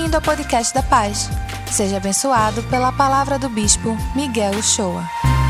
Bem-vindo ao podcast da Paz. Seja abençoado pela palavra do Bispo Miguel Uchoa.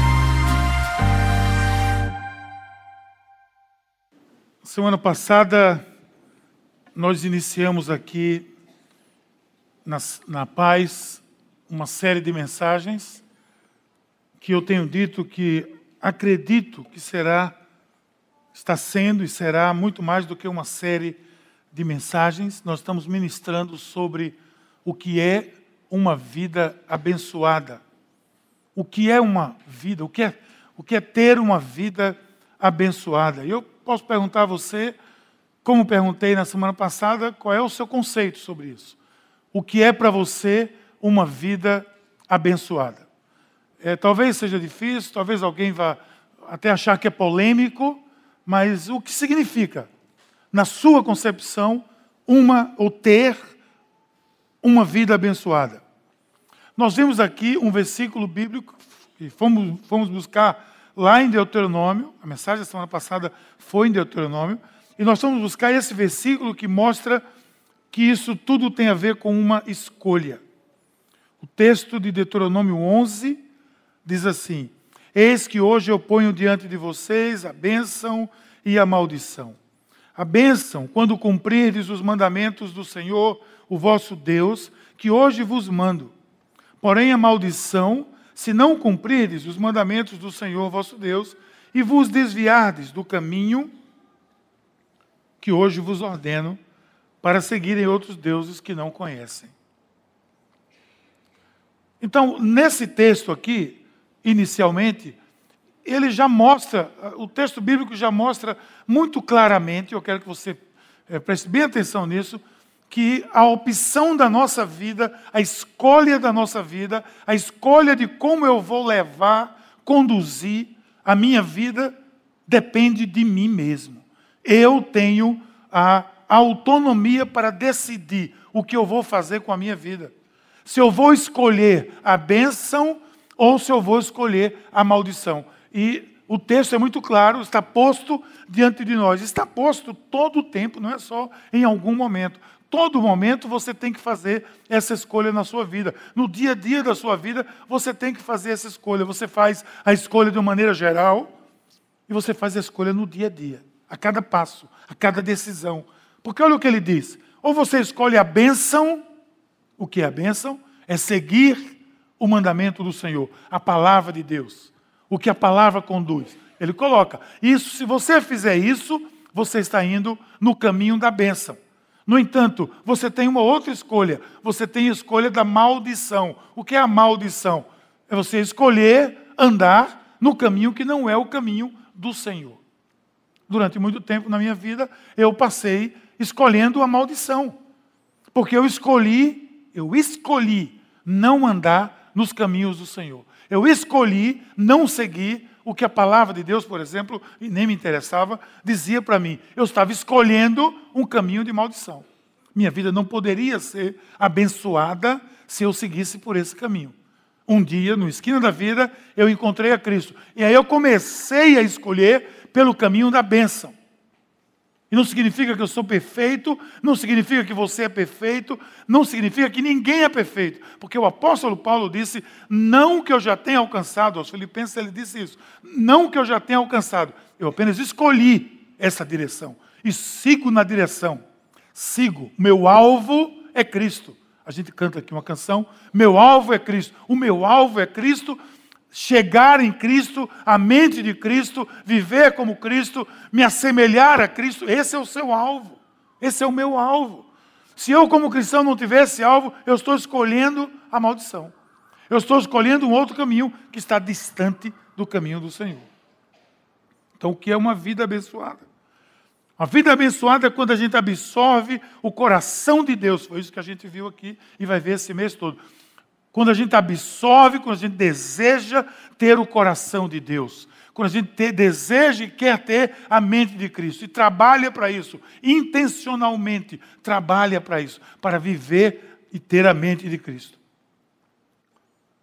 Semana passada, nós iniciamos aqui na Paz uma série de mensagens que eu tenho dito que acredito que está sendo e será muito mais do que uma série de mensagens. Nós estamos ministrando sobre o que é uma vida abençoada. O que é uma vida? O que é ter uma vida abençoada? E eu posso perguntar a você, como perguntei na semana passada, qual é o seu conceito sobre isso? O que é para você uma vida abençoada? Talvez seja difícil, talvez alguém vá até achar que é polêmico, mas o que significa, na sua concepção, ter uma vida abençoada? Nós vimos aqui um versículo bíblico que fomos buscar lá em Deuteronômio. A mensagem da semana passada foi em Deuteronômio. E nós vamos buscar esse versículo que mostra que isso tudo tem a ver com uma escolha. O texto de Deuteronômio 11 diz assim: eis que hoje eu ponho diante de vocês a bênção e a maldição. A bênção, quando cumprirdes os mandamentos do Senhor, o vosso Deus, que hoje vos mando. Porém, a maldição, se não cumprirdes os mandamentos do Senhor, vosso Deus, e vos desviardes do caminho que hoje vos ordeno, para seguirem outros deuses que não conhecem. Então, nesse texto aqui, inicialmente, ele já mostra, o texto bíblico já mostra muito claramente, eu quero que você preste bem atenção nisso, que a opção da nossa vida, a escolha da nossa vida, a escolha de como eu vou conduzir a minha vida, depende de mim mesmo. Eu tenho a autonomia para decidir o que eu vou fazer com a minha vida. Se eu vou escolher a bênção ou se eu vou escolher a maldição. E o texto é muito claro, está posto diante de nós. Está posto todo o tempo, não é só em algum momento. Todo momento você tem que fazer essa escolha na sua vida. No dia a dia da sua vida, você tem que fazer essa escolha. Você faz a escolha de uma maneira geral e você faz a escolha no dia a dia, a cada passo, a cada decisão. Porque olha o que ele diz. Ou você escolhe a bênção. O que é a bênção? É seguir o mandamento do Senhor, a palavra de Deus. O que a palavra conduz. Ele coloca, isso, se você fizer isso, você está indo no caminho da bênção. No entanto, você tem uma outra escolha. Você tem a escolha da maldição. O que é a maldição? É você escolher andar no caminho que não é o caminho do Senhor. Durante muito tempo na minha vida, eu passei escolhendo a maldição. Porque eu escolhi não andar nos caminhos do Senhor. Eu escolhi não seguir o que a palavra de Deus, por exemplo, e nem me interessava, dizia para mim. Eu estava escolhendo um caminho de maldição. Minha vida não poderia ser abençoada se eu seguisse por esse caminho. Um dia, no esquina da vida, eu encontrei a Cristo. E aí eu comecei a escolher pelo caminho da bênção. E não significa que eu sou perfeito, não significa que você é perfeito, não significa que ninguém é perfeito. Porque o apóstolo Paulo disse, não que eu já tenha alcançado, aos Filipenses ele disse isso, não que eu já tenha alcançado, eu apenas escolhi essa direção e sigo na direção. Sigo, meu alvo é Cristo. A gente canta aqui uma canção, meu alvo é Cristo. O meu alvo é Cristo. Chegar em Cristo, a mente de Cristo, viver como Cristo, me assemelhar a Cristo, esse é o seu alvo, esse é o meu alvo. Se eu como cristão não tiver esse alvo, eu estou escolhendo a maldição. Eu estou escolhendo um outro caminho que está distante do caminho do Senhor. Então o que é uma vida abençoada? Uma vida abençoada é quando a gente absorve o coração de Deus, foi isso que a gente viu aqui e vai ver esse mês todo. Quando a gente absorve, quando a gente deseja ter o coração de Deus. Quando a gente deseja e quer ter a mente de Cristo. E trabalha para isso. Intencionalmente trabalha para isso. Para viver e ter a mente de Cristo.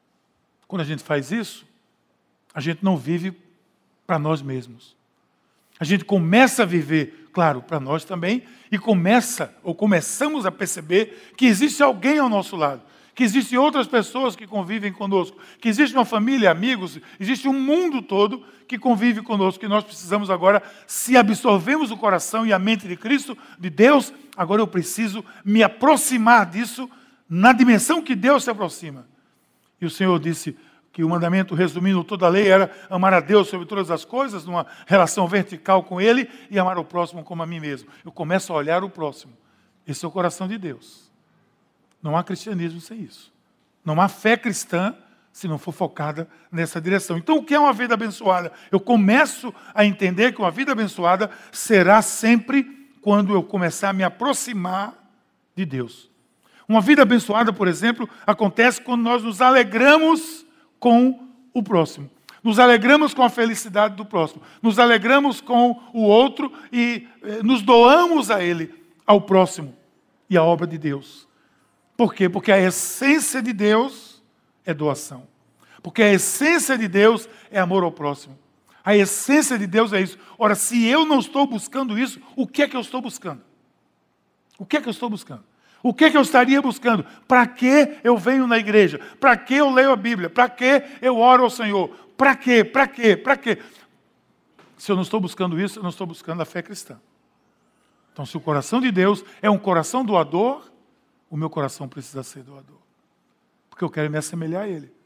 Quando a gente faz isso, a gente não vive para nós mesmos. A gente começa a viver, claro, para nós também, e começamos a perceber que existe alguém ao nosso lado, que existem outras pessoas que convivem conosco, que existe uma família, amigos, existe um mundo todo que convive conosco, que nós precisamos agora, se absorvemos o coração e a mente de Cristo, de Deus, agora eu preciso me aproximar disso na dimensão que Deus se aproxima. E o Senhor disse que o mandamento, resumindo toda a lei, era amar a Deus sobre todas as coisas, numa relação vertical com Ele, e amar o próximo como a mim mesmo. Eu começo a olhar o próximo. Esse é o coração de Deus. Não há cristianismo sem isso. Não há fé cristã se não for focada nessa direção. Então, o que é uma vida abençoada? Eu começo a entender que uma vida abençoada será sempre quando eu começar a me aproximar de Deus. Uma vida abençoada, por exemplo, acontece quando nós nos alegramos com o próximo. Nos alegramos com a felicidade do próximo. Nos alegramos com o outro e nos doamos a ele, ao próximo e à obra de Deus. Por quê? Porque a essência de Deus é doação. Porque a essência de Deus é amor ao próximo. A essência de Deus é isso. Ora, se eu não estou buscando isso, o que é que eu estou buscando? O que é que eu estou buscando? O que é que eu estaria buscando? Para que eu venho na igreja? Para que eu leio a Bíblia? Para que eu oro ao Senhor? Para quê? Para quê? Para quê? Se eu não estou buscando isso, eu não estou buscando a fé cristã. Então, se o coração de Deus é um coração doador, o meu coração precisa ser doador. Porque eu quero me assemelhar a Ele.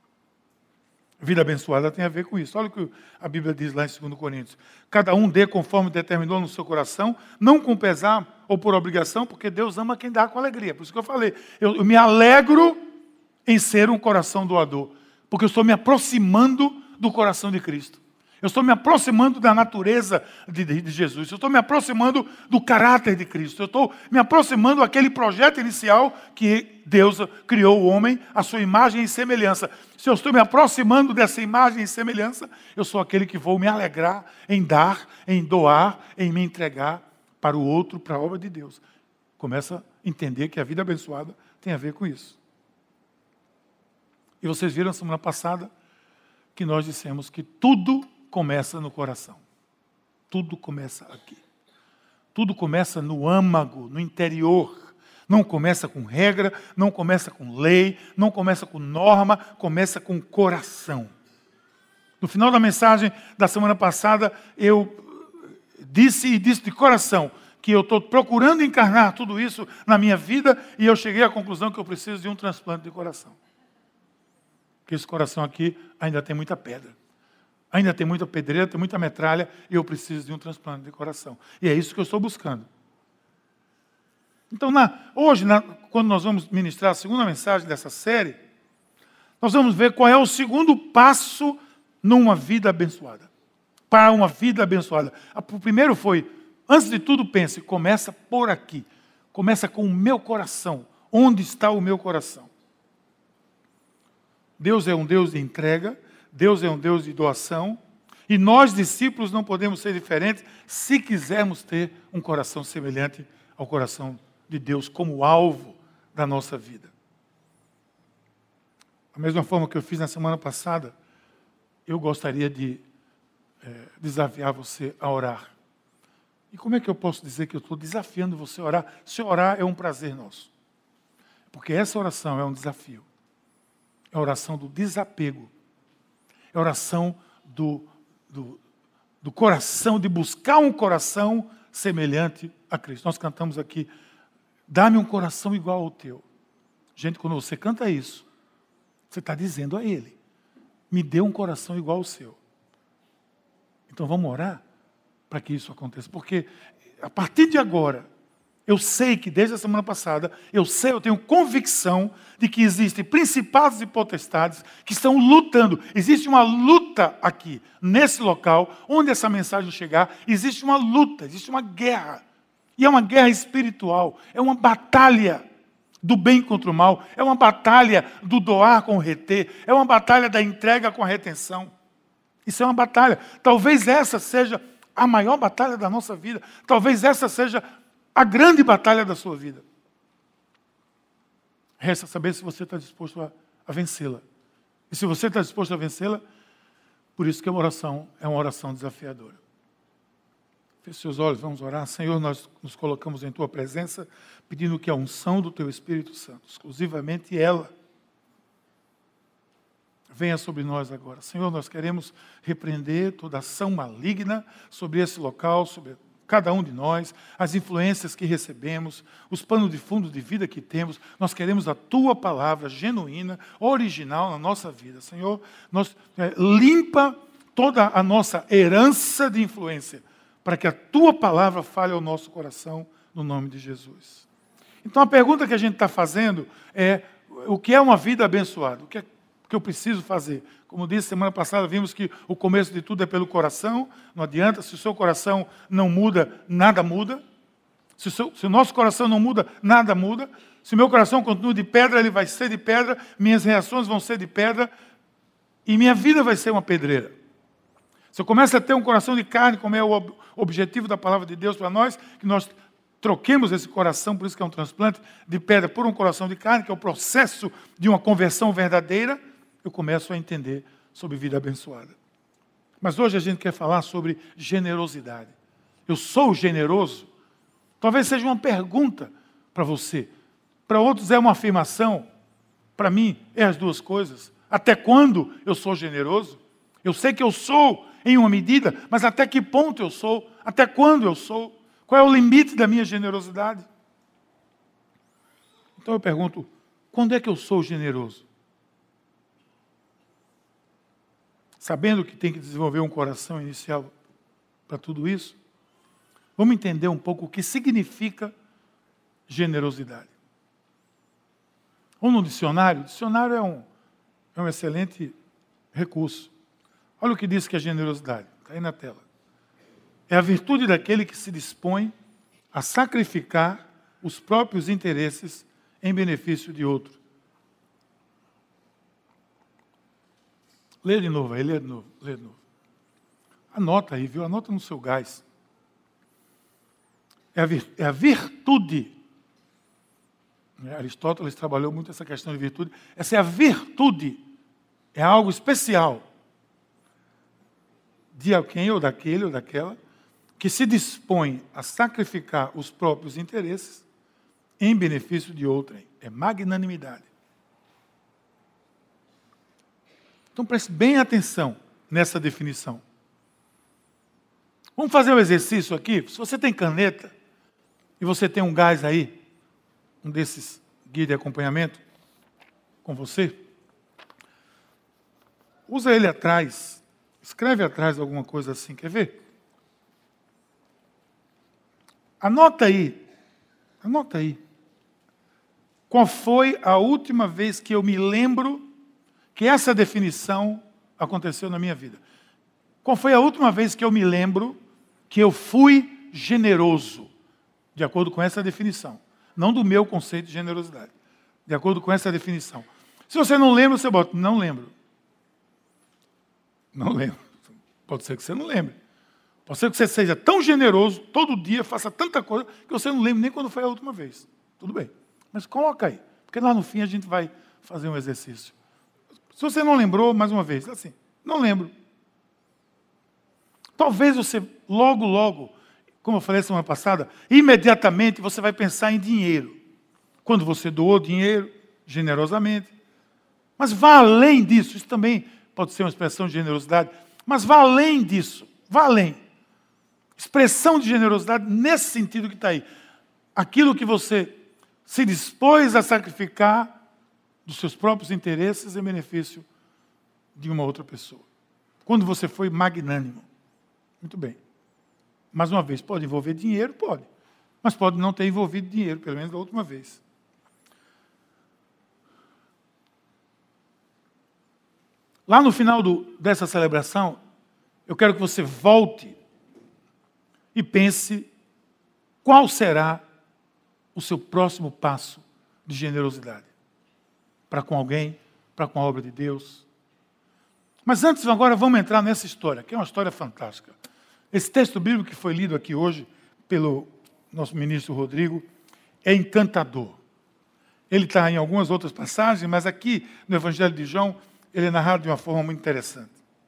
Vida abençoada tem a ver com isso. Olha o que a Bíblia diz lá em 2 Coríntios. Cada um dê conforme determinou no seu coração, não com pesar ou por obrigação, porque Deus ama quem dá com alegria. Por isso que eu falei, eu me alegro em ser um coração doador, porque eu estou me aproximando do coração de Cristo. Eu estou me aproximando da natureza de Jesus. Eu estou me aproximando do caráter de Cristo. Eu estou me aproximando daquele projeto inicial que Deus criou o homem, a sua imagem e semelhança. Se eu estou me aproximando dessa imagem e semelhança, eu sou aquele que vou me alegrar em dar, em doar, em me entregar para o outro, para a obra de Deus. Começa a entender que a vida abençoada tem a ver com isso. E vocês viram semana passada que nós dissemos que tudo começa no coração. Tudo começa aqui. Tudo começa no âmago, no interior. Não começa com regra, não começa com lei, não começa com norma, começa com coração. No final da mensagem da semana passada, eu disse de coração que eu estou procurando encarnar tudo isso na minha vida e eu cheguei à conclusão que eu preciso de um transplante de coração. Porque esse coração aqui ainda tem muita pedra. Ainda tem muita pedreira, tem muita metralha, e eu preciso de um transplante de coração. E é isso que eu estou buscando. Então, hoje, quando nós vamos ministrar a segunda mensagem dessa série, nós vamos ver qual é o segundo passo numa vida abençoada. Para uma vida abençoada. O primeiro foi, antes de tudo, pense, começa por aqui. Começa com o meu coração. Onde está o meu coração? Deus é um Deus de entrega. Deus é um Deus de doação, e nós, discípulos, não podemos ser diferentes se quisermos ter um coração semelhante ao coração de Deus como alvo da nossa vida. Da mesma forma que eu fiz na semana passada, eu gostaria de desafiar você a orar. E como é que eu posso dizer que eu estou desafiando você a orar? Se orar é um prazer nosso. Porque essa oração é um desafio. É a oração do desapego. É a oração do coração, de buscar um coração semelhante a Cristo. Nós cantamos aqui, dá-me um coração igual ao teu. Gente, quando você canta isso, você está dizendo a Ele, me dê um coração igual ao seu. Então vamos orar para que isso aconteça. Porque a partir de agora, eu sei que desde a semana passada, eu tenho convicção de que existem principados e potestades que estão lutando. Existe uma luta aqui, nesse local, onde essa mensagem chegar, existe uma luta, existe uma guerra. E é uma guerra espiritual, é uma batalha do bem contra o mal, é uma batalha do doar com o reter, é uma batalha da entrega com a retenção. Isso é uma batalha. Talvez essa seja a maior batalha da nossa vida. Talvez essa seja a grande batalha da sua vida. Resta saber se você está disposto a vencê-la. E se você está disposto a vencê-la, por isso que é uma oração desafiadora. Feche seus olhos, vamos orar. Senhor, nós nos colocamos em Tua presença, pedindo que a unção do Teu Espírito Santo, exclusivamente ela, venha sobre nós agora. Senhor, nós queremos repreender toda ação maligna sobre esse local, sobre cada um de nós, as influências que recebemos, os panos de fundo de vida que temos. Nós queremos a Tua palavra genuína, original na nossa vida. Senhor, limpa toda a nossa herança de influência, para que a Tua palavra fale ao nosso coração, no nome de Jesus. Então a pergunta que a gente está fazendo é, o que é uma vida abençoada? O que eu preciso fazer? Como disse semana passada, vimos que o começo de tudo é pelo coração, não adianta, se o seu coração não muda, nada muda. Se o nosso coração não muda, nada muda. Se o meu coração continua de pedra, ele vai ser de pedra, minhas reações vão ser de pedra, e minha vida vai ser uma pedreira. Se eu começo a ter um coração de carne, como é o objetivo da palavra de Deus para nós, que nós troquemos esse coração, por isso que é um transplante de pedra por um coração de carne, que é o processo de uma conversão verdadeira, eu começo a entender sobre vida abençoada. Mas hoje a gente quer falar sobre generosidade. Eu sou generoso? Talvez seja uma pergunta para você. Para outros é uma afirmação. Para mim é as duas coisas. Até quando eu sou generoso? Eu sei que eu sou em uma medida, mas até que ponto eu sou? Até quando eu sou? Qual é o limite da minha generosidade? Então eu pergunto, quando é que eu sou generoso? Sabendo que tem que desenvolver um coração inicial para tudo isso, vamos entender um pouco o que significa generosidade. Vamos no dicionário? O dicionário é um excelente recurso. Olha o que diz que é generosidade. Está aí na tela. É a virtude daquele que se dispõe a sacrificar os próprios interesses em benefício de outro. Lê de novo aí, lê de novo. Anota aí, viu? Anota no seu gás. É a virtude. Aristóteles trabalhou muito essa questão de virtude. Essa é a virtude. É algo especial de alguém ou daquele ou daquela que se dispõe a sacrificar os próprios interesses em benefício de outrem. É magnanimidade. Então preste bem atenção nessa definição. Vamos fazer um exercício aqui. Se você tem caneta e você tem um gás aí, um desses guias de acompanhamento com você, usa ele atrás, escreve atrás alguma coisa assim, quer ver? Anota aí. Qual foi a última vez que eu me lembro que essa definição aconteceu na minha vida? Qual foi a última vez que eu me lembro que eu fui generoso? De acordo com essa definição. Não do meu conceito de generosidade. De acordo com essa definição. Se você não lembra, você bota, não lembro. Não lembro. Pode ser que você não lembre. Pode ser que você seja tão generoso, todo dia, faça tanta coisa, que você não lembre nem quando foi a última vez. Tudo bem. Mas coloca aí. Porque lá no fim a gente vai fazer um exercício. Se você não lembrou, mais uma vez, assim, não lembro. Talvez você, logo, como eu falei semana passada, imediatamente você vai pensar em dinheiro. Quando você doou dinheiro, generosamente. Mas vá além disso. Isso também pode ser uma expressão de generosidade. Mas vá além disso. Vá além. Expressão de generosidade nesse sentido que está aí. Aquilo que você se dispôs a sacrificar dos seus próprios interesses em benefício de uma outra pessoa. Quando você foi magnânimo. Muito bem. Mais uma vez, pode envolver dinheiro? Pode. Mas pode não ter envolvido dinheiro, pelo menos da última vez. Lá no final dessa celebração, eu quero que você volte e pense qual será o seu próximo passo de generosidade. Para com alguém, para com a obra de Deus. Mas antes, agora, vamos entrar nessa história, que é uma história fantástica. Esse texto bíblico que foi lido aqui hoje, pelo nosso ministro Rodrigo, é encantador. Ele está em algumas outras passagens, mas aqui, no Evangelho de João, ele é narrado de uma forma muito interessante.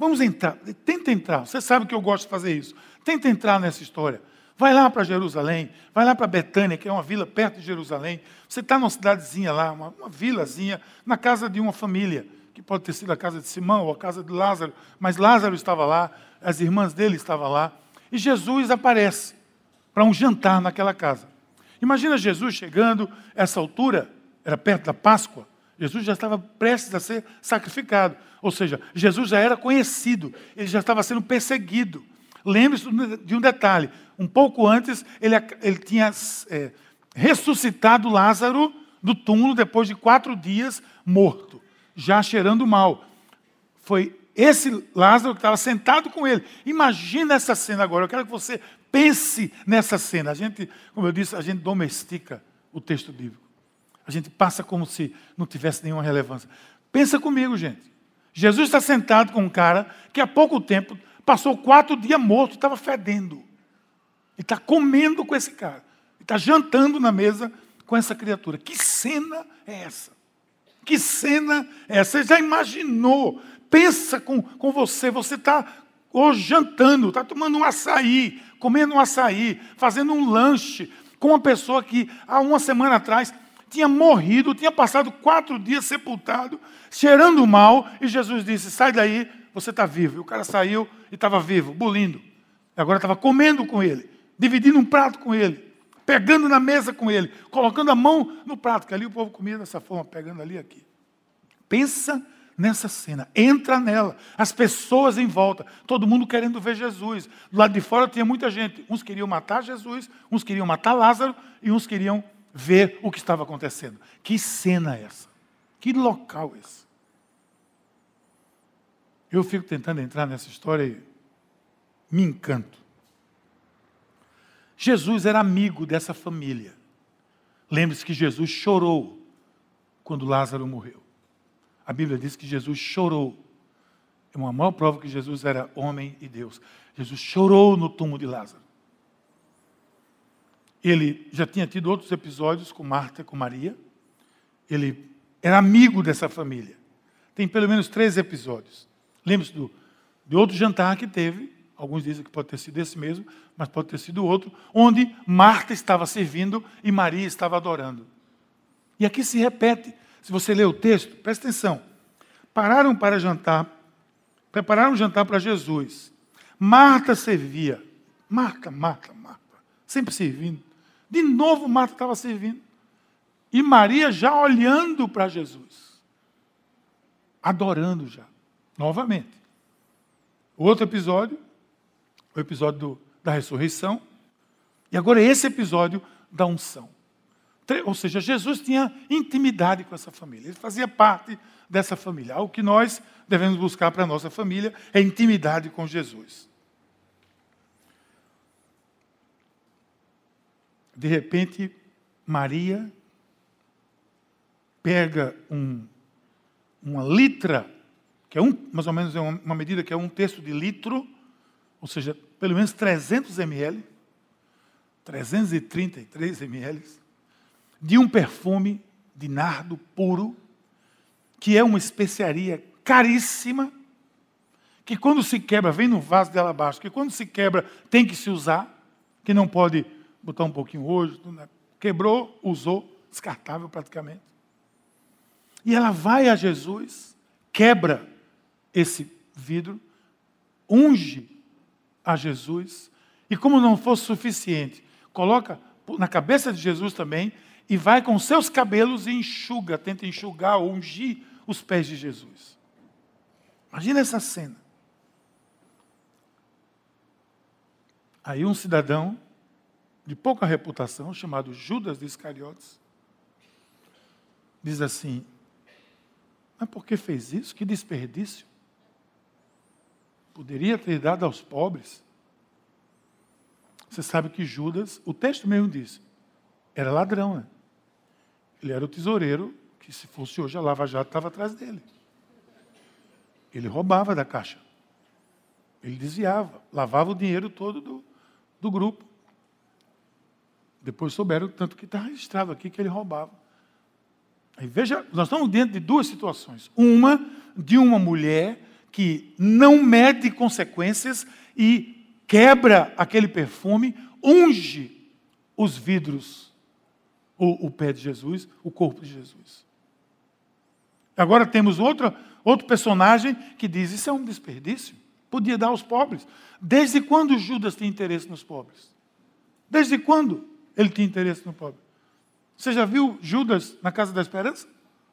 Vamos entrar, tenta entrar. Você sabe que eu gosto de fazer isso. Tenta entrar nessa história. Vai lá para Jerusalém, vai lá para Betânia, que é uma vila perto de Jerusalém. Você está numa cidadezinha lá, uma vilazinha, na casa de uma família, que pode ter sido a casa de Simão ou a casa de Lázaro, mas Lázaro estava lá, as irmãs dele estavam lá, e Jesus aparece para um jantar naquela casa. Imagina Jesus chegando, essa altura, era perto da Páscoa, Jesus já estava prestes a ser sacrificado, ou seja, Jesus já era conhecido, ele já estava sendo perseguido. Lembre-se de um detalhe, um pouco antes ele tinha ressuscitado Lázaro do túmulo depois de 4 dias morto, já cheirando mal. Foi esse Lázaro que estava sentado com ele. Imagina essa cena agora, eu quero que você pense nessa cena. A gente, como eu disse, a gente domestica o texto bíblico. A gente passa como se não tivesse nenhuma relevância. Pensa comigo, gente. Jesus está sentado com um cara que há pouco tempo passou 4 dias morto, estava fedendo. Ele está comendo com esse cara. Ele está jantando na mesa com essa criatura. Que cena é essa? Que cena é essa? Você já imaginou? Pensa com você. Você está hoje jantando, está tomando um açaí, comendo um açaí, fazendo um lanche com uma pessoa que há uma semana atrás tinha morrido, tinha passado 4 dias sepultado, cheirando mal, e Jesus disse, sai daí, você está vivo. E o cara saiu e estava vivo, bulindo. E agora estava comendo com ele, dividindo um prato com ele, pegando na mesa com ele, colocando a mão no prato, que ali o povo comia dessa forma, pegando ali e aqui. Pensa nessa cena, entra nela, as pessoas em volta, todo mundo querendo ver Jesus. Do lado de fora tinha muita gente, uns queriam matar Jesus, uns queriam matar Lázaro, e uns queriam ver o que estava acontecendo. Que cena é essa? Que local é esse? Eu fico tentando entrar nessa história e me encanto. Jesus era amigo dessa família. Lembre-se que Jesus chorou quando Lázaro morreu. A Bíblia diz que Jesus chorou. É uma maior prova que Jesus era homem e Deus. Jesus chorou no túmulo de Lázaro. Ele já tinha tido outros episódios com Marta, com Maria. Ele era amigo dessa família. Tem pelo menos 3 episódios. Lembre-se de outro jantar que teve. Alguns dizem que pode ter sido esse mesmo, mas pode ter sido outro, onde Marta estava servindo e Maria estava adorando. E aqui se repete. Se você ler o texto, presta atenção. Pararam para jantar, prepararam um jantar para Jesus. Marta servia. Marta, sempre servindo. De novo Marta estava servindo. E Maria já olhando para Jesus. Adorando já. Novamente. Outro episódio, o episódio da ressurreição. E agora esse episódio da unção. Ou seja, Jesus tinha intimidade com essa família. Ele fazia parte dessa família. Algo que nós devemos buscar para a nossa família é intimidade com Jesus. De repente, Maria pega uma litra, que é mais ou menos uma medida que é 1/3 de litro, ou seja, pelo menos 300 ml, 333 ml, de um perfume de nardo puro, que é uma especiaria caríssima, que quando se quebra, vem no vaso dela abaixo, que quando se quebra tem que se usar, que não pode botar um pouquinho hoje, quebrou, usou, descartável praticamente. E ela vai a Jesus, quebra esse vidro, unge a Jesus, e como não fosse suficiente, coloca na cabeça de Jesus também, e vai com seus cabelos e enxuga, tenta enxugar ou ungir os pés de Jesus. Imagina essa cena. Aí um cidadão de pouca reputação, chamado Judas de Iscariotes, diz assim, mas por que fez isso? Que desperdício. Poderia ter dado aos pobres. Você sabe que Judas, o texto mesmo diz, era ladrão, né? Ele era o tesoureiro, que se fosse hoje a Lava Jato estava atrás dele. Ele roubava da caixa. Ele desviava, lavava o dinheiro todo do grupo. Depois souberam, tanto que está registrado aqui, que ele roubava. Aí veja, nós estamos diante de 2 situações. Uma de uma mulher que não mede consequências e quebra aquele perfume, unge os vidros, o pé de Jesus, o corpo de Jesus. Agora temos outro personagem que diz, isso é um desperdício, podia dar aos pobres. Desde quando Judas tinha interesse nos pobres? Desde quando ele tinha interesse no pobre? Você já viu Judas na Casa da Esperança?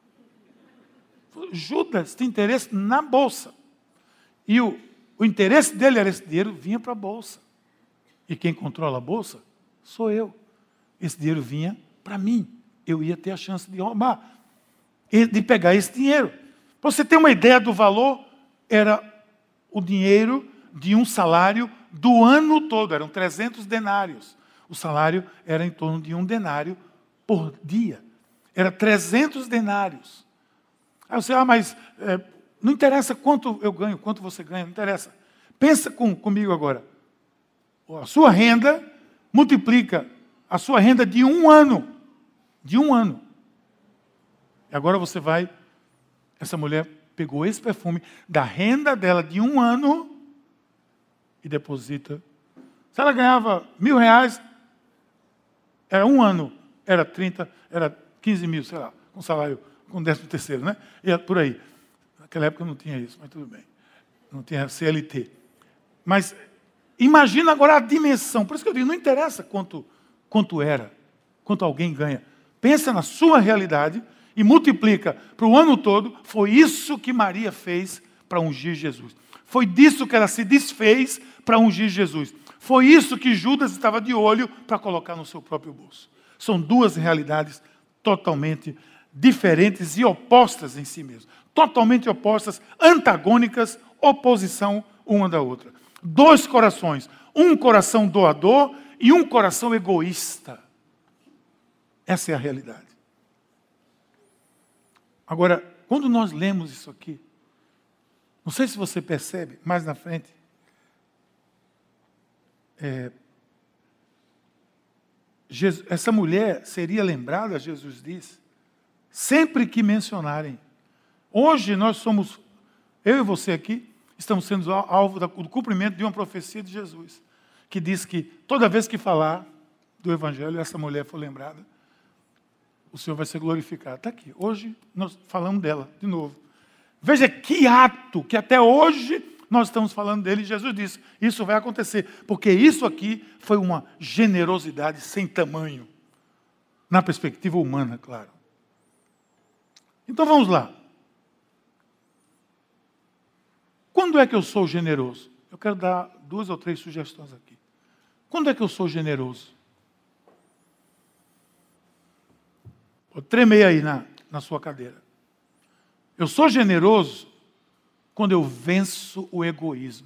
Judas tinha interesse na bolsa. E o interesse dele era esse dinheiro vinha para a bolsa. E quem controla a bolsa sou eu. Esse dinheiro vinha para mim. Eu ia ter a chance de roubar, de pegar esse dinheiro. Para você ter uma ideia do valor, era o dinheiro de um salário do ano todo. Eram 300 denários. O salário era em torno de 1 denário por dia. Era 300 denários. Aí você, mas não interessa quanto eu ganho, quanto você ganha, não interessa. Pensa comigo agora. A sua renda multiplica a sua renda de 1 ano. De 1 ano. E agora você vai, essa mulher pegou esse perfume da renda dela de 1 ano e deposita. Se ela ganhava R$1.000, era 1 ano, era 30, era 15 mil, sei lá, com salário, com 13º, né? E por aí. Naquela época não tinha isso, mas tudo bem. Não tinha CLT. Mas imagina agora a dimensão. Por isso que eu digo, não interessa quanto era, quanto alguém ganha. Pensa na sua realidade e multiplica para o ano todo. Foi isso que Maria fez para ungir Jesus. Foi disso que ela se desfez para ungir Jesus. Foi isso que Judas estava de olho para colocar no seu próprio bolso. São duas realidades totalmente diferentes e opostas em si mesmas. Totalmente opostas, antagônicas, oposição uma da outra. 2 corações. Um coração doador e um coração egoísta. Essa é a realidade. Agora, quando nós lemos isso aqui, não sei se você percebe, mais na frente, essa mulher seria lembrada, Jesus diz, sempre que mencionarem. Hoje nós somos, eu e você aqui, estamos sendo alvo do cumprimento de uma profecia de Jesus, que diz que toda vez que falar do Evangelho, essa mulher for lembrada, o Senhor vai ser glorificado. Está aqui. Hoje nós falamos dela de novo. Veja que ato, que até hoje nós estamos falando dele. Jesus disse, isso vai acontecer. Porque isso aqui foi uma generosidade sem tamanho. Na perspectiva humana, claro. Então vamos lá. Quando é que eu sou generoso? Eu quero dar 2 ou 3 sugestões aqui. Quando é que eu sou generoso? Vou tremer aí na sua cadeira. Eu sou generoso quando eu venço o egoísmo.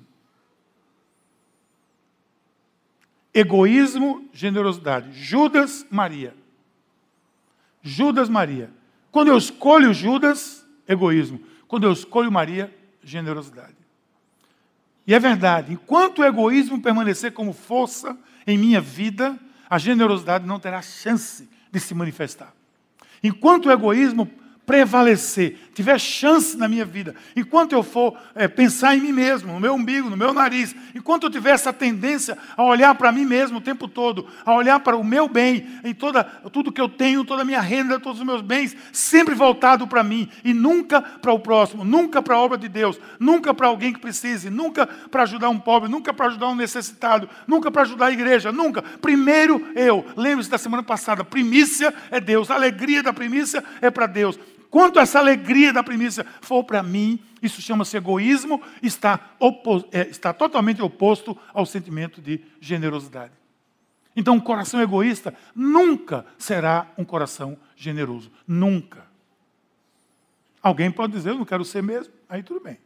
Egoísmo, generosidade. Judas, Maria. Judas, Maria. Quando eu escolho Judas, egoísmo. Quando eu escolho Maria, generosidade. E é verdade, enquanto o egoísmo permanecer como força em minha vida, a generosidade não terá chance de se manifestar. Enquanto o egoísmo prevalecer, tiver chance na minha vida, enquanto eu for pensar em mim mesmo, no meu umbigo, no meu nariz, enquanto eu tiver essa tendência a olhar para mim mesmo o tempo todo, a olhar para o meu bem, em tudo que eu tenho, toda a minha renda, todos os meus bens, sempre voltado para mim, e nunca para o próximo, nunca para a obra de Deus, nunca para alguém que precise, nunca para ajudar um pobre, nunca para ajudar um necessitado, nunca para ajudar a igreja, nunca. Primeiro eu. Lembre-se da semana passada, primícia é Deus, a alegria da primícia é para Deus. Quanto essa alegria da primícia for para mim, isso chama-se egoísmo, está totalmente oposto ao sentimento de generosidade. Então, um coração egoísta nunca será um coração generoso. Nunca. Alguém pode dizer, eu não quero ser mesmo. Aí tudo bem.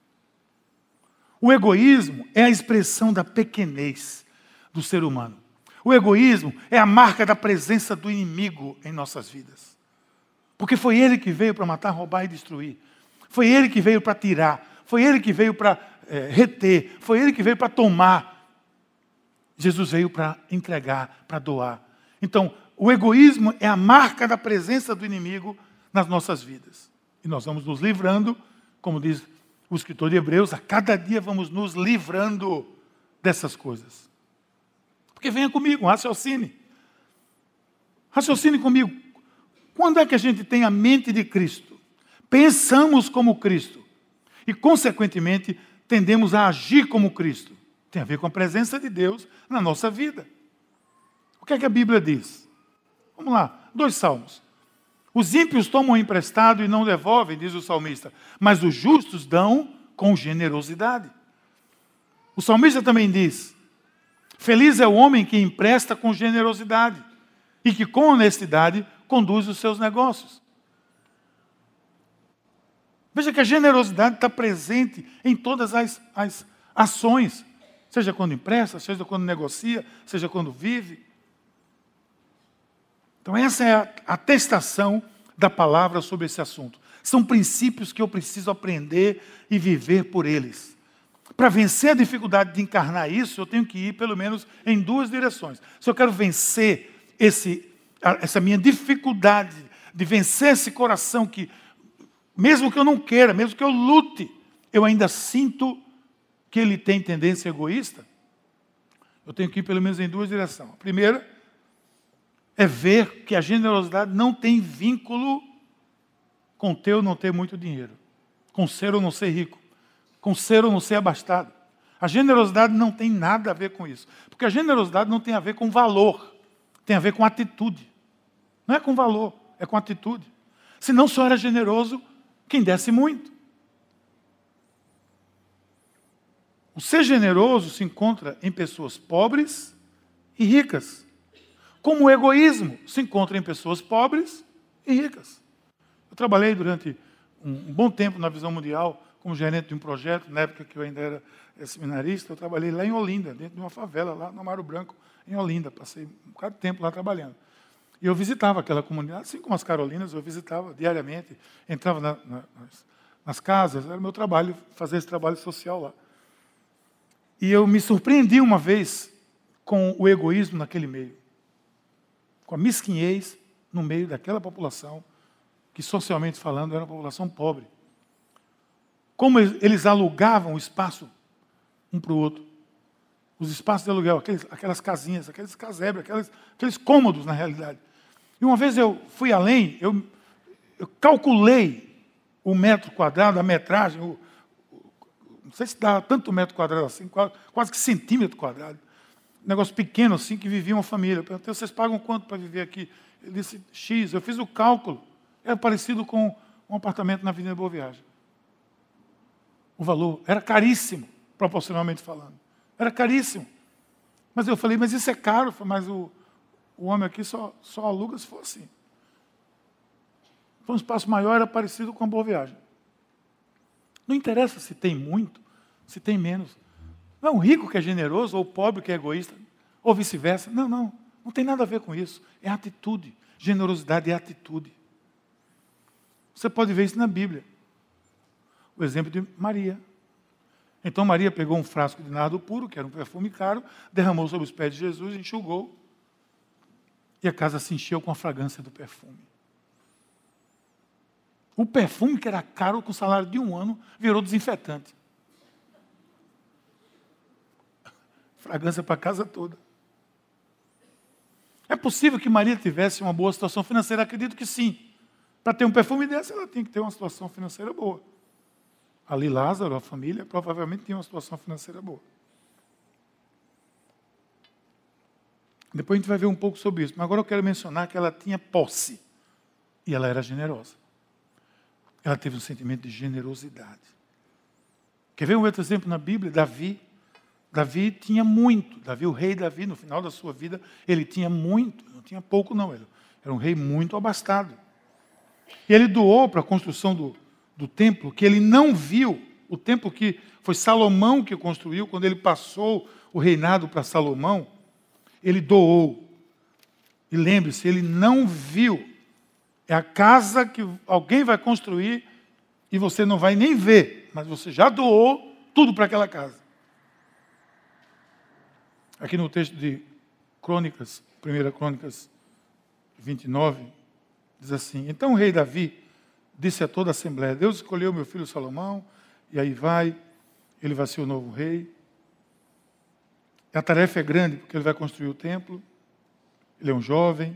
O egoísmo é a expressão da pequenez do ser humano. O egoísmo é a marca da presença do inimigo em nossas vidas. Porque foi ele que veio para matar, roubar e destruir. Foi ele que veio para tirar. Foi ele que veio para reter. Foi ele que veio para tomar. Jesus veio para entregar, para doar. Então, o egoísmo é a marca da presença do inimigo nas nossas vidas. E nós vamos nos livrando, como diz o escritor de Hebreus, a cada dia vamos nos livrando dessas coisas. Porque venha comigo, raciocine. Raciocine comigo. Quando é que a gente tem a mente de Cristo? Pensamos como Cristo. E, consequentemente, tendemos a agir como Cristo. Tem a ver com a presença de Deus na nossa vida. O que é que a Bíblia diz? Vamos lá, 2 salmos. Os ímpios tomam emprestado e não devolvem, diz o salmista, mas os justos dão com generosidade. O salmista também diz, feliz é o homem que empresta com generosidade e que com honestidade conduz os seus negócios. Veja que a generosidade está presente em todas as ações, seja quando empresta, seja quando negocia, seja quando vive. Então essa é a atestação da palavra sobre esse assunto. São princípios que eu preciso aprender e viver por eles. Para vencer a dificuldade de encarnar isso, eu tenho que ir pelo menos em 2 direções. Se eu quero vencer essa minha dificuldade de vencer esse coração que, mesmo que eu não queira, mesmo que eu lute, eu ainda sinto que ele tem tendência egoísta, eu tenho que ir pelo menos em 2 direções. A primeira é ver que a generosidade não tem vínculo com ter ou não ter muito dinheiro, com ser ou não ser rico, com ser ou não ser abastado. A generosidade não tem nada a ver com isso, porque a generosidade não tem a ver com valor, tem a ver com atitude. Não é com valor, é com atitude. Senão só era generoso quem desse muito. O ser generoso se encontra em pessoas pobres e ricas. Como o egoísmo se encontra em pessoas pobres e ricas. Eu trabalhei durante um bom tempo na Visão Mundial como gerente de um projeto, na época que eu ainda era seminarista, eu trabalhei lá em Olinda, dentro de uma favela, lá no Amaro Branco, em Olinda. Passei um bocado de tempo lá trabalhando. E eu visitava aquela comunidade, assim como as Carolinas, eu visitava diariamente, entrava nas casas, era o meu trabalho, fazer esse trabalho social lá. E eu me surpreendi uma vez com o egoísmo naquele meio, com a mesquinhez no meio daquela população, que socialmente falando era uma população pobre. Como eles alugavam o espaço um para o outro. Os espaços de aluguel, aquelas casinhas, aqueles casebres, aqueles cômodos na realidade. E uma vez eu fui além, eu calculei o metro quadrado, a metragem, não sei se dá tanto metro quadrado assim, quase que centímetro quadrado. Um negócio pequeno assim, que vivia uma família. Eu perguntei, vocês pagam quanto para viver aqui? Ele disse, X. Eu fiz o cálculo. Era parecido com um apartamento na Avenida Boa Viagem. O valor era caríssimo, proporcionalmente falando. Era caríssimo. Mas eu falei, mas isso é caro. Falei, mas o homem aqui só aluga se for assim. Então, um espaço maior era parecido com a Boa Viagem. Não interessa se tem muito, se tem menos. Não é um rico que é generoso, ou o pobre que é egoísta, ou vice-versa. Não tem nada a ver com isso. É atitude. Generosidade é atitude. Você pode ver isso na Bíblia. O exemplo de Maria. Então Maria pegou um frasco de nardo puro, que era um perfume caro, derramou sobre os pés de Jesus, enxugou, e a casa se encheu com a fragrância do perfume. O perfume, que era caro, com o salário de 1 ano, virou desinfetante. Fragrância para a casa toda. É possível que Maria tivesse uma boa situação financeira? Acredito que sim. Para ter um perfume desse, ela tem que ter uma situação financeira boa. Ali Lázaro, a família, provavelmente tinha uma situação financeira boa. Depois a gente vai ver um pouco sobre isso. Mas agora eu quero mencionar que ela tinha posse. E ela era generosa. Ela teve um sentimento de generosidade. Quer ver um outro exemplo na Bíblia? Davi. Davi tinha muito. O rei Davi, no final da sua vida, ele tinha muito. Não tinha pouco, não. Ele era um rei muito abastado. E ele doou para a construção do templo, que ele não viu. O templo que foi Salomão que construiu, quando ele passou o reinado para Salomão, ele doou. E lembre-se, ele não viu. É a casa que alguém vai construir e você não vai nem ver, mas você já doou tudo para aquela casa. Aqui no texto de Crônicas, 1 Crônicas 29, diz assim, então o rei Davi disse a toda a Assembleia, Deus escolheu meu filho Salomão e aí ele vai ser o novo rei. A tarefa é grande, porque ele vai construir o templo, ele é um jovem.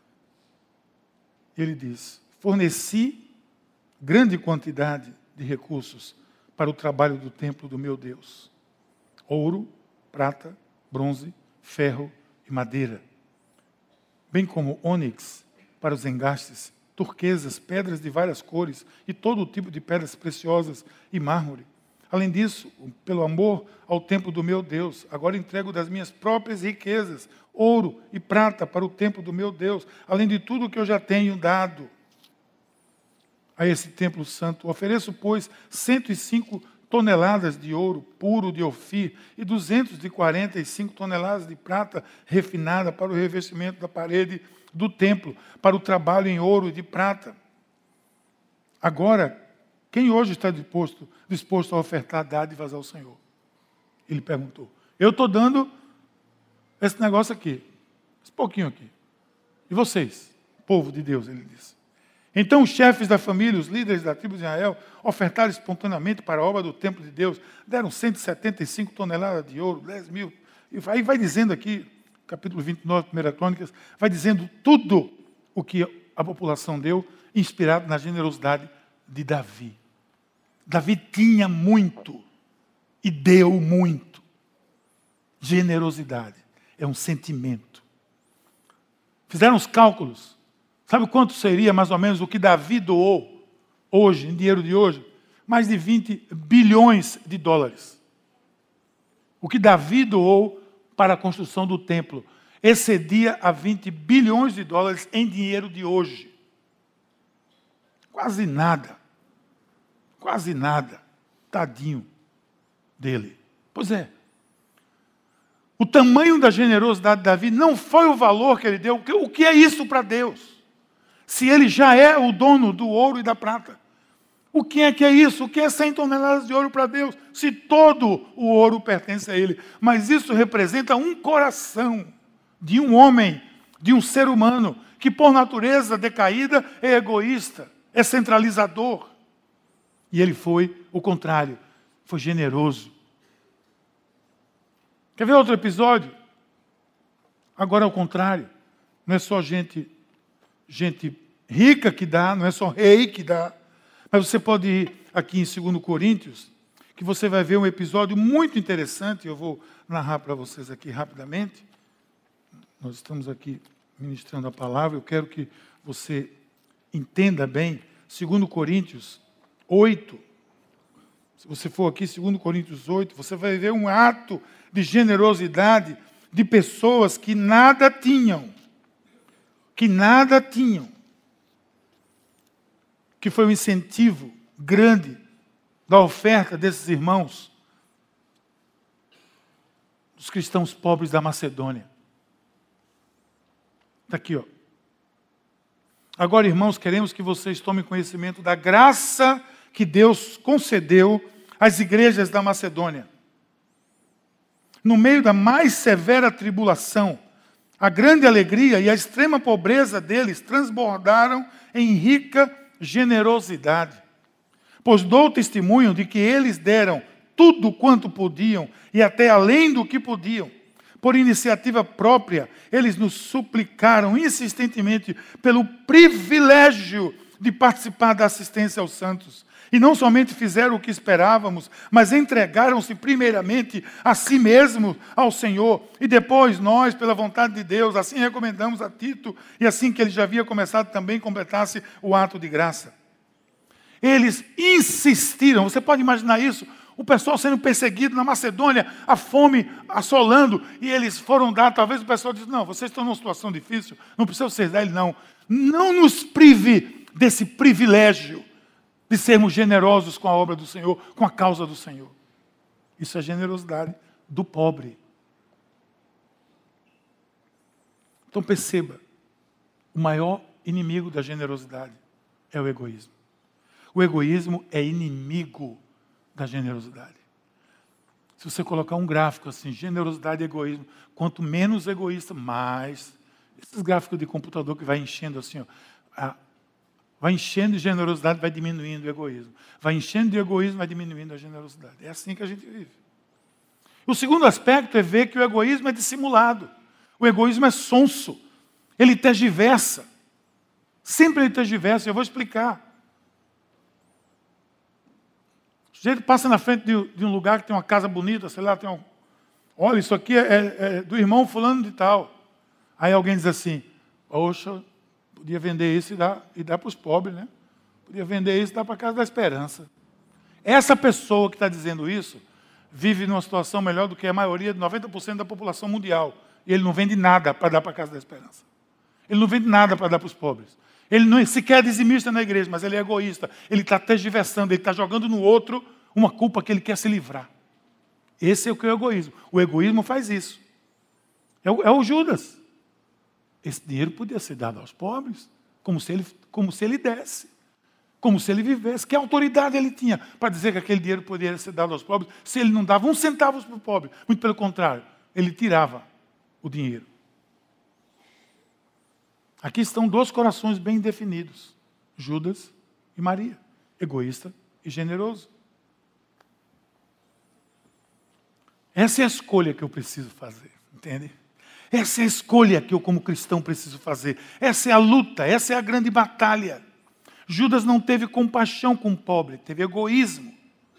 Ele diz: forneci grande quantidade de recursos para o trabalho do templo do meu Deus. Ouro, prata, bronze, ferro e madeira, bem como ônix para os engastes, turquesas, pedras de várias cores e todo tipo de pedras preciosas e mármore. Além disso, pelo amor ao templo do meu Deus, agora entrego das minhas próprias riquezas, ouro e prata para o templo do meu Deus, além de tudo que eu já tenho dado a esse templo santo. Ofereço, pois, 105 toneladas de ouro puro de Ofir e 245 toneladas de prata refinada para o revestimento da parede do templo, para o trabalho em ouro e de prata. Agora, quem hoje está disposto a ofertar dádivas ao Senhor? Ele perguntou. Eu estou dando esse negócio aqui, esse pouquinho aqui. E vocês, povo de Deus, ele disse. Então os chefes da família, os líderes da tribo de Israel, ofertaram espontaneamente para a obra do templo de Deus, deram 175 toneladas de ouro, 10 mil. E aí vai dizendo aqui, capítulo 29, 1 Crônicas, vai dizendo tudo o que a população deu, inspirado na generosidade de Davi. Davi tinha muito e deu muito. Generosidade é um sentimento. Fizeram os cálculos. Sabe quanto seria mais ou menos o que Davi doou hoje, em dinheiro de hoje? Mais de 20 bilhões de dólares. O que Davi doou para a construção do templo excedia a 20 bilhões de dólares em dinheiro de hoje. Quase nada. Quase nada. Tadinho dele. Pois é. O tamanho da generosidade de Davi não foi o valor que ele deu. O que é isso para Deus? Se ele já é o dono do ouro e da prata. O que é isso? O que é 100 toneladas de ouro para Deus? Se todo o ouro pertence a ele. Mas isso representa um coração de um homem, de um ser humano, que por natureza decaída é egoísta, é centralizador. E ele foi o contrário, foi generoso. Quer ver outro episódio? Agora é o contrário. Não é só gente rica que dá, não é só rei que dá. Mas você pode ir aqui em 2 Coríntios, que você vai ver um episódio muito interessante. Eu vou narrar para vocês aqui rapidamente. Nós estamos aqui ministrando a palavra. Eu quero que você entenda bem. 2 Coríntios 8. Se você for aqui, 2 Coríntios 8, você vai ver um ato de generosidade de pessoas que nada tinham. Que nada tinham. Que foi um incentivo grande da oferta desses irmãos, dos cristãos pobres da Macedônia. Está aqui, ó. Agora, irmãos, queremos que vocês tomem conhecimento da graça que Deus concedeu às igrejas da Macedônia. No meio da mais severa tribulação, a grande alegria e a extrema pobreza deles transbordaram em rica generosidade. Pois dou testemunho de que eles deram tudo quanto podiam e até além do que podiam. Por iniciativa própria, eles nos suplicaram insistentemente pelo privilégio de participar da assistência aos santos. E não somente fizeram o que esperávamos, mas entregaram-se primeiramente a si mesmos ao Senhor. E depois nós, pela vontade de Deus, assim recomendamos a Tito, e assim que ele já havia começado também, completasse o ato de graça. Eles insistiram, você pode imaginar isso? O pessoal sendo perseguido na Macedônia, a fome assolando, e eles foram dar, talvez o pessoal disse, não, vocês estão numa situação difícil, não precisa vocês dar ele, não. Não nos prive desse privilégio de sermos generosos com a obra do Senhor, com a causa do Senhor. Isso é generosidade do pobre. Então perceba, o maior inimigo da generosidade é o egoísmo. O egoísmo é inimigo da generosidade. Se você colocar um gráfico assim, generosidade e egoísmo, quanto menos egoísta, mais. Esses gráficos de computador que vai enchendo assim, ó, Vai enchendo de generosidade, vai diminuindo o egoísmo. Vai enchendo de egoísmo, vai diminuindo a generosidade. É assim que a gente vive. O segundo aspecto é ver que o egoísmo é dissimulado. O egoísmo é sonso. Ele tergiversa. Sempre ele tergiversa. Eu vou explicar. O sujeito passa na frente de um lugar que tem uma casa bonita, sei lá, olha, isso aqui é do irmão fulano de tal. Aí alguém diz assim, poxa, podia vender isso e dar para os pobres, né? Podia vender isso e dar para a Casa da Esperança. Essa pessoa que está dizendo isso vive numa situação melhor do que a maioria, 90% da população mundial. E ele não vende nada para dar para a Casa da Esperança. Ele não vende nada para dar para os pobres. Ele não sequer é dizimista na igreja, mas ele é egoísta. Ele está tergiversando, ele está jogando no outro uma culpa que ele quer se livrar. Esse é o que é o egoísmo. O egoísmo faz isso. É o Judas. Esse dinheiro podia ser dado aos pobres, como se ele desse, como se ele vivesse. Que autoridade ele tinha para dizer que aquele dinheiro poderia ser dado aos pobres, se ele não dava 1 centavo para o pobre? Muito pelo contrário, ele tirava o dinheiro. Aqui estão 2 corações bem definidos, Judas e Maria, egoísta e generoso. Essa é a escolha que eu preciso fazer, entende? Essa é a escolha que eu, como cristão, preciso fazer. Essa é a luta, essa é a grande batalha. Judas não teve compaixão com o pobre, teve egoísmo.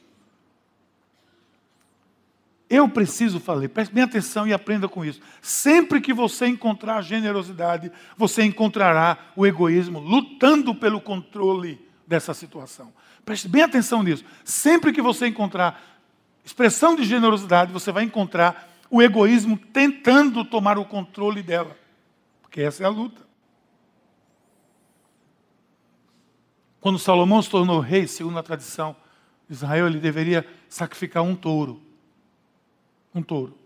Eu preciso fazer, preste bem atenção e aprenda com isso. Sempre que você encontrar generosidade, você encontrará o egoísmo lutando pelo controle dessa situação. Preste bem atenção nisso. Sempre que você encontrar expressão de generosidade, você vai encontrar o egoísmo tentando tomar o controle dela. Porque essa é a luta. Quando Salomão se tornou rei, segundo a tradição de Israel, ele deveria sacrificar um touro. Um touro.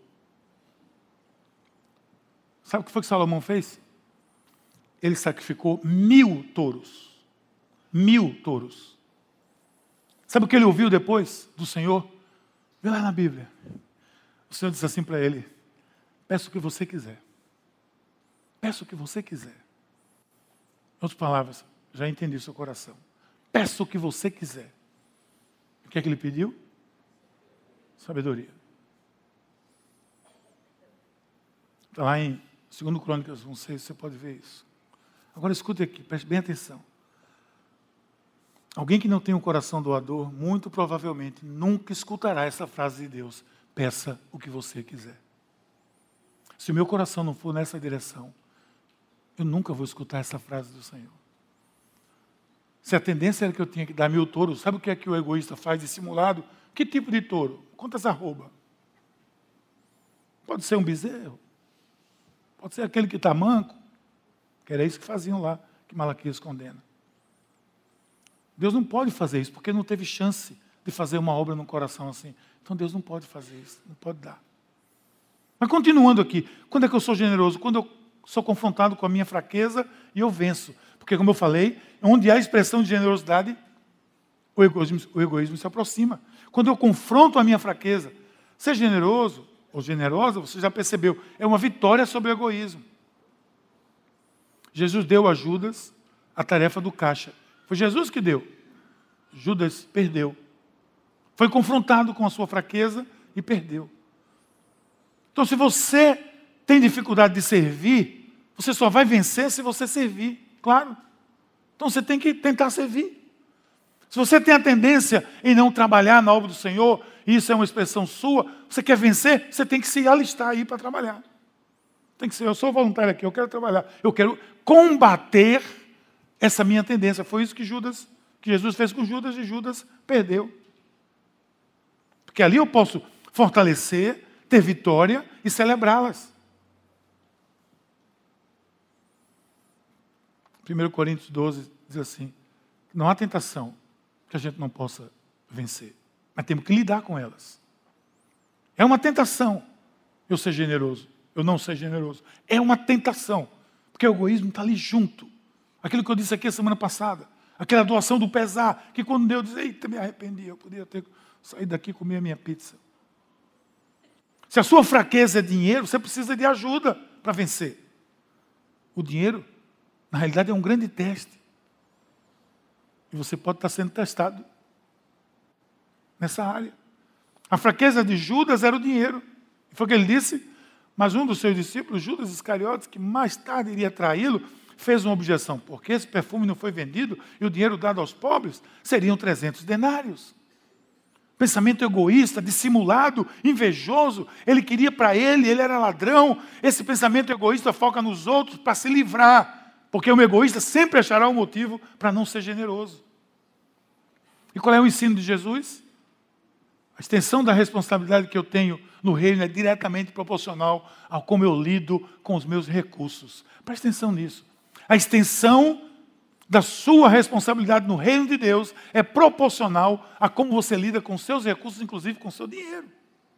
Sabe o que foi que Salomão fez? Ele sacrificou 1000 touros. 1000 touros. Sabe o que ele ouviu depois do Senhor? Vê lá na Bíblia. O Senhor disse assim para ele, peça o que você quiser. Peça o que você quiser. Em outras palavras, já entendi o seu coração. Peça o que você quiser. O que é que ele pediu? Sabedoria. Está lá em 2 Crônicas 1:6, você pode ver isso. Agora escute aqui, preste bem atenção. Alguém que não tem um coração doador, muito provavelmente nunca escutará essa frase de Deus. Peça o que você quiser. Se o meu coração não for nessa direção, eu nunca vou escutar essa frase do Senhor. Se a tendência era que eu tinha que dar 1000 touros, sabe o que é que o egoísta faz dissimulado? Que tipo de touro? Quantas arroba? Pode ser um bezerro. Pode ser aquele que está manco. Que era isso que faziam lá, que Malaquias condena. Deus não pode fazer isso, porque não teve chance de fazer uma obra no coração assim. Então Deus não pode fazer isso, não pode dar. Mas continuando aqui, quando é que eu sou generoso? Quando eu sou confrontado com a minha fraqueza e eu venço. Porque, como eu falei, onde há expressão de generosidade, o egoísmo se aproxima. Quando eu confronto a minha fraqueza, ser generoso ou generosa, você já percebeu, é uma vitória sobre o egoísmo. Jesus deu a Judas a tarefa do caixa. Foi Jesus que deu. Judas perdeu. Foi confrontado com a sua fraqueza e perdeu. Então, se você tem dificuldade de servir, você só vai vencer se você servir. Claro. Então, você tem que tentar servir. Se você tem a tendência em não trabalhar na obra do Senhor, e isso é uma expressão sua, você quer vencer, você tem que se alistar aí para trabalhar. Tem que ser, eu sou voluntário aqui, eu quero trabalhar. Eu quero combater essa minha tendência. Foi isso que Jesus fez com Judas e Judas perdeu. Porque ali eu posso fortalecer, ter vitória e celebrá-las. 1 Coríntios 12 diz assim, não há tentação que a gente não possa vencer, mas temos que lidar com elas. É uma tentação eu ser generoso, eu não ser generoso. É uma tentação, porque o egoísmo está ali junto. Aquilo que eu disse aqui a semana passada, aquela doação do pesar, que quando Deus diz, eita, me arrependi, eu podia ter saído daqui e comer a minha pizza. Se a sua fraqueza é dinheiro, você precisa de ajuda para vencer. O dinheiro, na realidade, é um grande teste. E você pode estar sendo testado nessa área. A fraqueza de Judas era o dinheiro. Foi o que ele disse. Mas um dos seus discípulos, Judas Iscariotes, que mais tarde iria traí-lo, fez uma objeção. Porque esse perfume não foi vendido e o dinheiro dado aos pobres seriam 300 denários. Pensamento egoísta, dissimulado, invejoso. Ele queria para ele era ladrão. Esse pensamento egoísta foca nos outros para se livrar. Porque um egoísta sempre achará um motivo para não ser generoso. E qual é o ensino de Jesus? A extensão da responsabilidade que eu tenho no reino é diretamente proporcional a como eu lido com os meus recursos. Preste atenção nisso. A extensão da sua responsabilidade no reino de Deus é proporcional a como você lida com os seus recursos, inclusive com o seu dinheiro.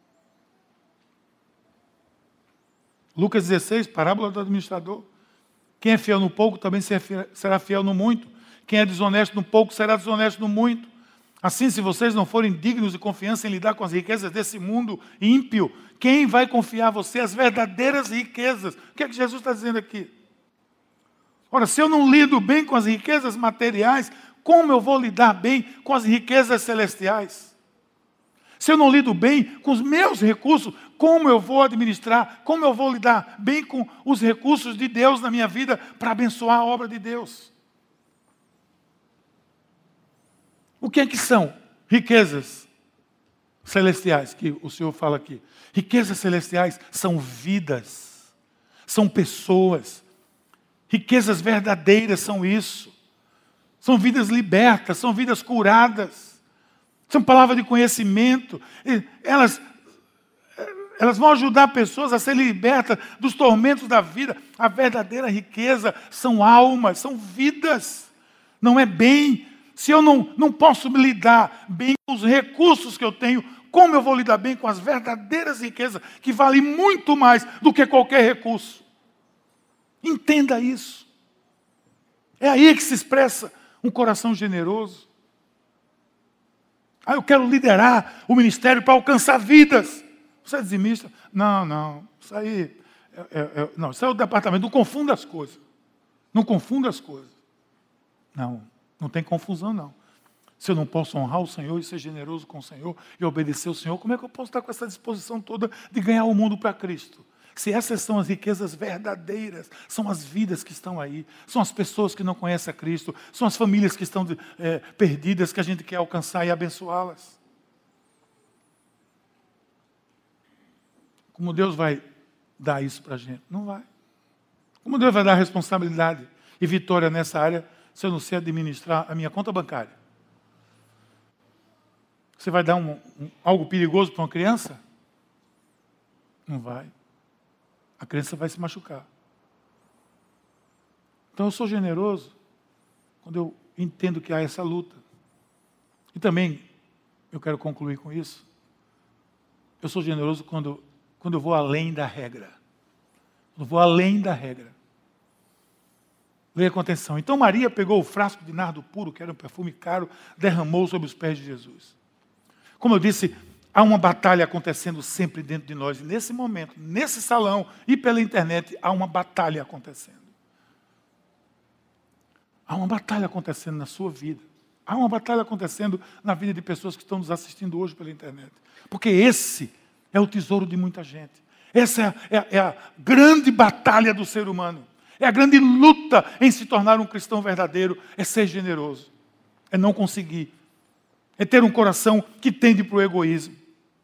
Lucas 16, parábola do administrador. Quem é fiel no pouco também será fiel no muito. Quem é desonesto no pouco será desonesto no muito. Assim, se vocês não forem dignos de confiança em lidar com as riquezas desse mundo ímpio, quem vai confiar a você as verdadeiras riquezas? O que é que Jesus está dizendo aqui? Ora, se eu não lido bem com as riquezas materiais, como eu vou lidar bem com as riquezas celestiais? Se eu não lido bem com os meus recursos, como eu vou administrar, como eu vou lidar bem com os recursos de Deus na minha vida para abençoar a obra de Deus? O que é que são riquezas celestiais que o Senhor fala aqui? Riquezas celestiais são vidas, são pessoas. Riquezas verdadeiras são isso. São vidas libertas, são vidas curadas. São palavras de conhecimento. Elas vão ajudar pessoas a serem libertas dos tormentos da vida. A verdadeira riqueza são almas, são vidas. Não é bem. Se eu não posso lidar bem com os recursos que eu tenho, como eu vou lidar bem com as verdadeiras riquezas, que valem muito mais do que qualquer recurso? Entenda isso. É aí que se expressa um coração generoso. Eu quero liderar o ministério para alcançar vidas. Você é dizimista? Não. Isso aí não, isso é o departamento. Não confunda as coisas. Não confunda as coisas. Não tem confusão, não. Se eu não posso honrar o Senhor e ser generoso com o Senhor e obedecer ao Senhor, como é que eu posso estar com essa disposição toda de ganhar o mundo para Cristo? Se essas são as riquezas verdadeiras, são as vidas que estão aí, são as pessoas que não conhecem a Cristo, são as famílias que estão perdidas, que a gente quer alcançar e abençoá-las. Como Deus vai dar isso para a gente? Não vai. Como Deus vai dar responsabilidade e vitória nessa área se eu não sei administrar a minha conta bancária? Você vai dar algo perigoso para uma criança? Não vai. A criança vai se machucar. Então eu sou generoso quando eu entendo que há essa luta. E também, eu quero concluir com isso, eu sou generoso quando eu vou além da regra. Eu vou além da regra. Leia com atenção. Então Maria pegou o frasco de nardo puro, que era um perfume caro, derramou sobre os pés de Jesus. Como eu disse, há uma batalha acontecendo sempre dentro de nós. E nesse momento, nesse salão e pela internet, há uma batalha acontecendo. Há uma batalha acontecendo na sua vida. Há uma batalha acontecendo na vida de pessoas que estão nos assistindo hoje pela internet. Porque esse é o tesouro de muita gente. Essa é a grande batalha do ser humano. É a grande luta em se tornar um cristão verdadeiro. É ser generoso. É não conseguir. É ter um coração que tende para o egoísmo.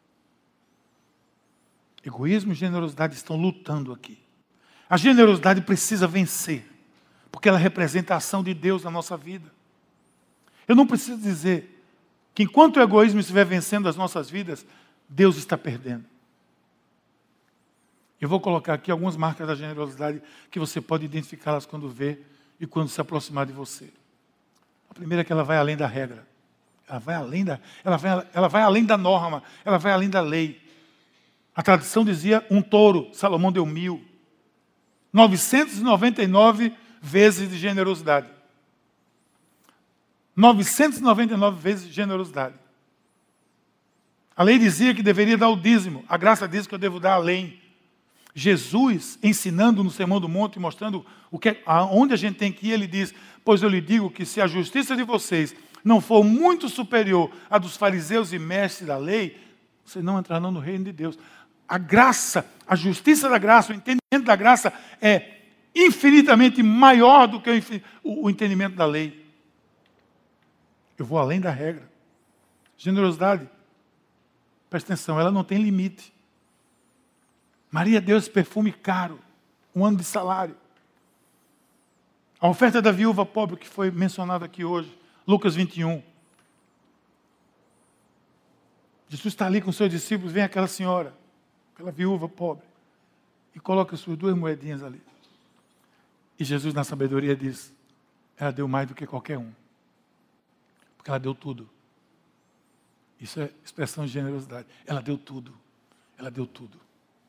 Egoísmo e generosidade estão lutando aqui. A generosidade precisa vencer, porque ela representa a ação de Deus na nossa vida. Eu não preciso dizer que enquanto o egoísmo estiver vencendo as nossas vidas, Deus está perdendo. Eu vou colocar aqui algumas marcas da generosidade que você pode identificá-las quando vê e quando se aproximar de você. A primeira é que ela vai além da regra. Ela vai além da norma, ela vai além da lei. A tradição dizia um touro, Salomão deu 1000. 999 vezes de generosidade. 999 vezes de generosidade. A lei dizia que deveria dar o dízimo. A graça diz que eu devo dar além. Jesus, ensinando no Sermão do Monte, mostrando aonde a gente tem que ir, ele diz: pois eu lhe digo que se a justiça de vocês não for muito superior à dos fariseus e mestres da lei, vocês não entrarão no reino de Deus. A graça, a justiça da graça, o entendimento da graça é infinitamente maior do que o entendimento da lei. Eu vou além da regra. Generosidade, presta atenção, ela não tem limite. Maria deu esse perfume caro, 1 ano de salário. A oferta da viúva pobre que foi mencionada aqui hoje, Lucas 21. Jesus está ali com os seus discípulos, vem aquela senhora, aquela viúva pobre, e coloca as suas 2 moedinhas ali. E Jesus, na sabedoria, diz: ela deu mais do que qualquer um. Porque ela deu tudo. Isso é expressão de generosidade. Ela deu tudo. Ela deu tudo.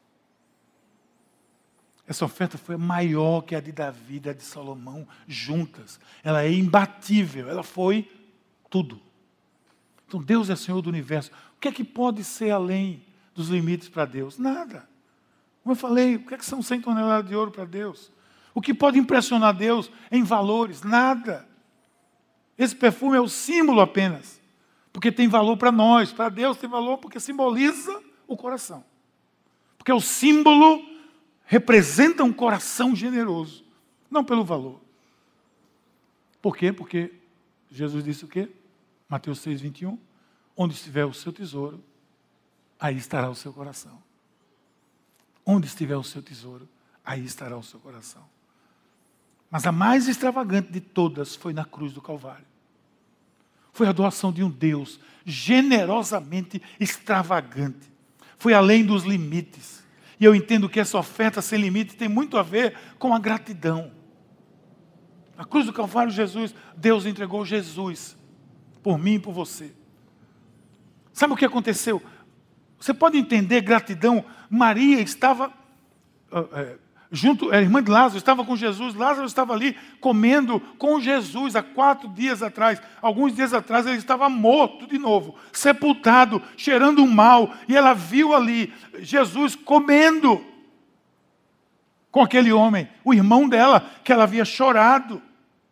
Essa oferta foi maior que a de Davi e a de Salomão juntas. Ela é imbatível. Ela foi tudo. Então Deus é Senhor do universo. O que é que pode ser além dos limites para Deus? Nada. Como eu falei, o que é que são 100 toneladas de ouro para Deus? O que pode impressionar Deus em valores? Nada. Esse perfume é o símbolo apenas. Porque tem valor para nós. Para Deus tem valor porque simboliza o coração. Porque o símbolo representa um coração generoso. Não pelo valor. Por quê? Porque Jesus disse o quê? Mateus 6, 21. Onde estiver o seu tesouro, aí estará o seu coração. Onde estiver o seu tesouro, aí estará o seu coração. Mas a mais extravagante de todas foi na cruz do Calvário. Foi a doação de um Deus generosamente extravagante. Foi além dos limites. E eu entendo que essa oferta sem limite tem muito a ver com a gratidão. Na cruz do Calvário, Deus entregou Jesus por mim e por você. Sabe o que aconteceu? Você pode entender gratidão. Maria estava junto, a irmã de Lázaro estava com Jesus. Lázaro estava ali comendo com Jesus há 4 dias atrás. Alguns dias atrás ele estava morto de novo, sepultado, cheirando mal. E ela viu ali Jesus comendo com aquele homem, o irmão dela, que ela havia chorado.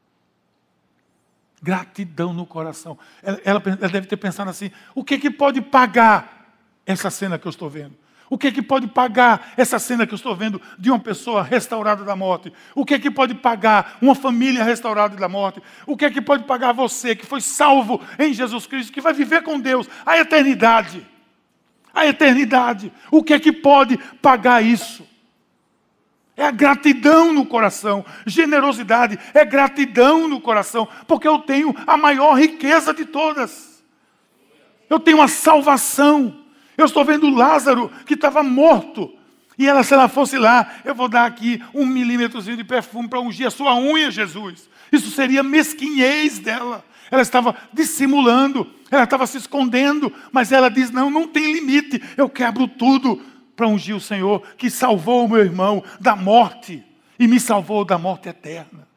Gratidão no coração. Ela deve ter pensado assim: o que pode pagar essa cena que eu estou vendo? O que pode pagar essa cena que eu estou vendo de uma pessoa restaurada da morte? O que pode pagar uma família restaurada da morte? O que pode pagar você que foi salvo em Jesus Cristo, que vai viver com Deus a eternidade? A eternidade. O que pode pagar isso? É a gratidão no coração. Generosidade é gratidão no coração, porque eu tenho a maior riqueza de todas. Eu tenho a salvação. Eu estou vendo Lázaro, que estava morto. E ela, se ela fosse lá, eu vou dar aqui 1 milímetrozinho de perfume para ungir a sua unha, Jesus. Isso seria mesquinhez dela. Ela estava dissimulando, ela estava se escondendo, mas ela diz: não tem limite, eu quebro tudo para ungir o Senhor, que salvou o meu irmão da morte e me salvou da morte eterna.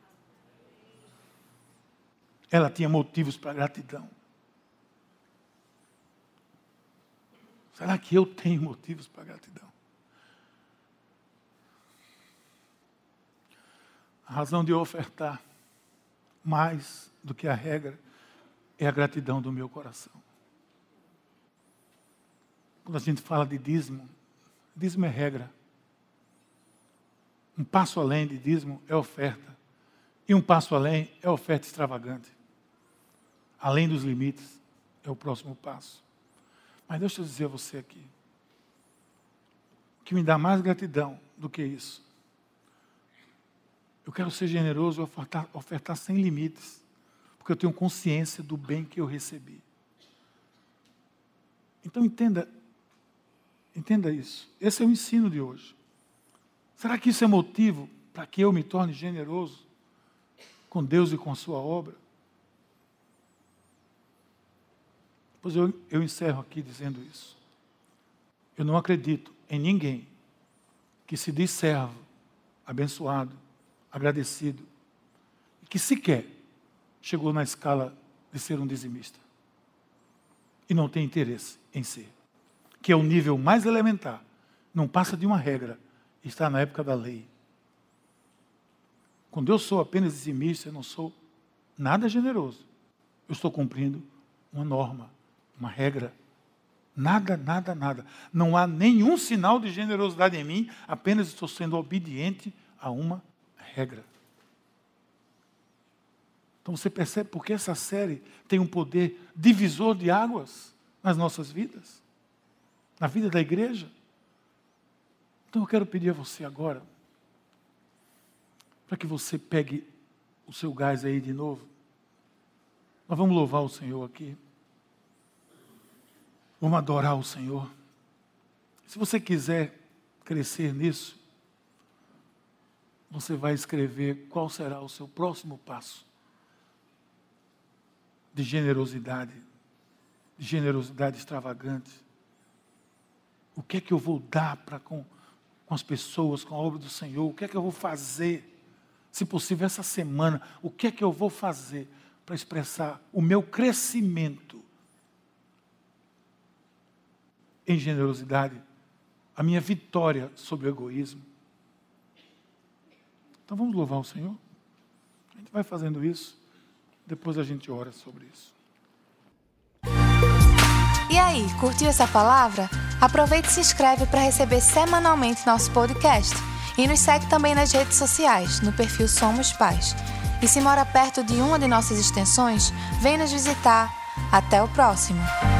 Ela tinha motivos para gratidão. Será que eu tenho motivos para gratidão? A razão de eu ofertar mais do que a regra é a gratidão do meu coração. Quando a gente fala de dízimo é regra. Um passo além de dízimo é oferta. E um passo além é oferta extravagante. Além dos limites é o próximo passo. Mas deixa eu dizer a você aqui, que me dá mais gratidão do que isso. Eu quero ser generoso e ofertar sem limites, porque eu tenho consciência do bem que eu recebi. Então entenda isso. Esse é o ensino de hoje. Será que isso é motivo para que eu me torne generoso com Deus e com a sua obra? Pois eu encerro aqui dizendo isso. Eu não acredito em ninguém que se diz servo, abençoado, agradecido, e que sequer chegou na escala de ser um dizimista. E não tem interesse em ser. Que é o nível mais elementar. Não passa de uma regra está na época da lei. Quando eu sou apenas dizimista, eu não sou nada generoso. Eu estou cumprindo uma norma, uma regra. Nada, nada, nada. Não há nenhum sinal de generosidade em mim, apenas estou sendo obediente a uma regra. Então você percebe porque essa série tem um poder divisor de águas nas nossas vidas, na vida da igreja. Então eu quero pedir a você agora, para que você pegue o seu gás aí de novo. Nós vamos louvar o Senhor aqui. Vamos adorar o Senhor. Se você quiser crescer nisso, você vai escrever qual será o seu próximo passo de generosidade extravagante. O que é que eu vou dar com as pessoas, com a obra do Senhor? O que é que eu vou fazer? Se possível, essa semana, o que é que eu vou fazer para expressar o meu crescimento em generosidade, a minha vitória sobre o egoísmo? Então vamos louvar o Senhor? A gente vai fazendo isso, depois a gente ora sobre isso. E aí, curtiu essa palavra? Aproveite e se inscreve para receber semanalmente nosso podcast. E nos segue também nas redes sociais, no perfil Somos Pais. E se mora perto de uma de nossas extensões, vem nos visitar. Até o próximo!